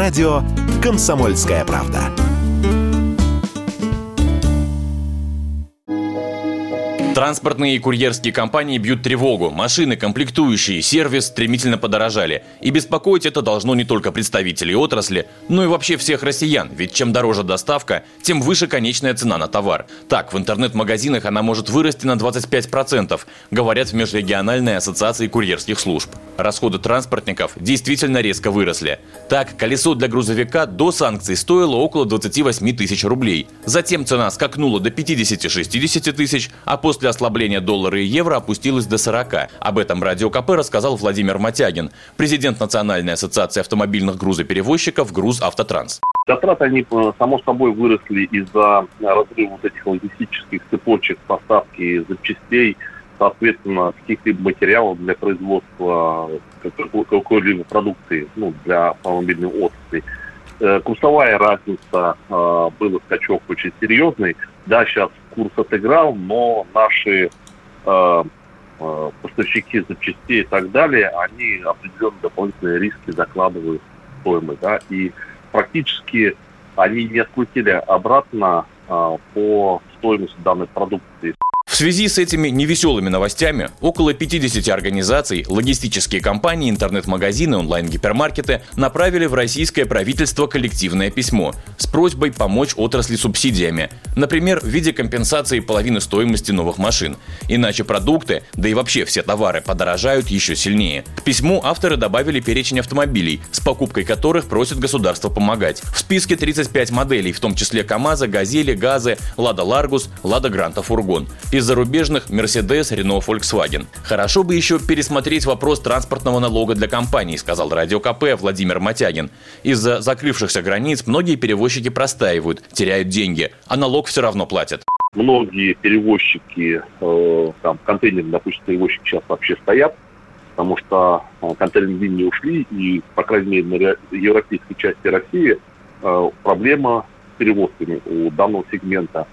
Радио «Комсомольская правда». Транспортные и курьерские компании бьют тревогу. Машины, комплектующие, сервис стремительно подорожали. И беспокоить это должно не только представителей отрасли, но и вообще всех россиян. Ведь чем дороже доставка, тем выше конечная цена на товар. Так, в интернет-магазинах она может вырасти на 25%, говорят в Межрегиональной ассоциации курьерских служб. Расходы транспортников действительно резко выросли. Так, колесо для грузовика до санкций стоило около 28 тысяч рублей. Затем цена скакнула до 50-60 тысяч, а после ослабления доллара и евро опустилась до 40. Об этом Радио КП рассказал Владимир Мотягин, президент Национальной ассоциации автомобильных грузоперевозчиков «Грузавтотранс». Затраты, они, само собой, выросли из-за разрыва вот этих логистических цепочек поставки запчастей, соответственно, каких-либо материалов для производства какой-либо продукции, для автомобильной отрасли. Курсовая разница, был скачок очень серьезный. Да, сейчас курс отыграл, но наши поставщики запчастей и так далее, они определенные дополнительные риски закладывают в стоимость. Да, и практически они не открутили обратно по стоимости данной продукции. В связи с этими невеселыми новостями около 50 организаций, логистические компании, интернет-магазины, онлайн-гипермаркеты направили в российское правительство коллективное письмо с просьбой помочь отрасли субсидиями, например, в виде компенсации половины стоимости новых машин. Иначе продукты, да и вообще все товары подорожают еще сильнее. К письму авторы добавили перечень автомобилей, с покупкой которых просят государство помогать. В списке 35 моделей, в том числе КАМАЗы, Газели, ГАЗы, Лада Ларгус, Лада Гранта Фургон. Из зарубежных Mercedes, Renault, Volkswagen. Хорошо бы еще пересмотреть вопрос транспортного налога для компаний, сказал Радио КП Владимир Мотягин. Из-за закрывшихся границ многие перевозчики простаивают, теряют деньги, а налог все равно платят. Многие перевозчики, контейнерные, допустим, перевозчики сейчас вообще стоят, потому что контейнерные линии ушли, и, по крайней мере, на европейской части России проблема с перевозками у данного сегмента.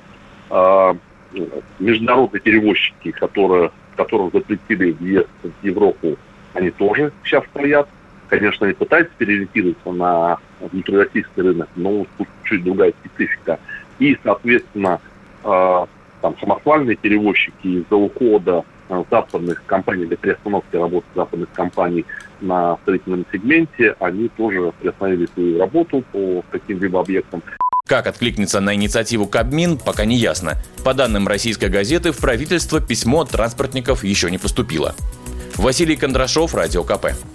Международные перевозчики, которым запретили въезд в Европу, они тоже сейчас стоят. Конечно, они пытаются переориентироваться на внутрироссийский рынок, но тут чуть другая специфика. И, соответственно, самосвальные перевозчики из-за ухода западных компаний для приостановки работы западных компаний на строительном сегменте, они тоже приостановили свою работу по каким-либо объектам. Как откликнется на инициативу Кабмин, пока не ясно. По данным российской газеты, в правительство письмо от транспортников еще не поступило. Василий Кондрашов, Радио КП.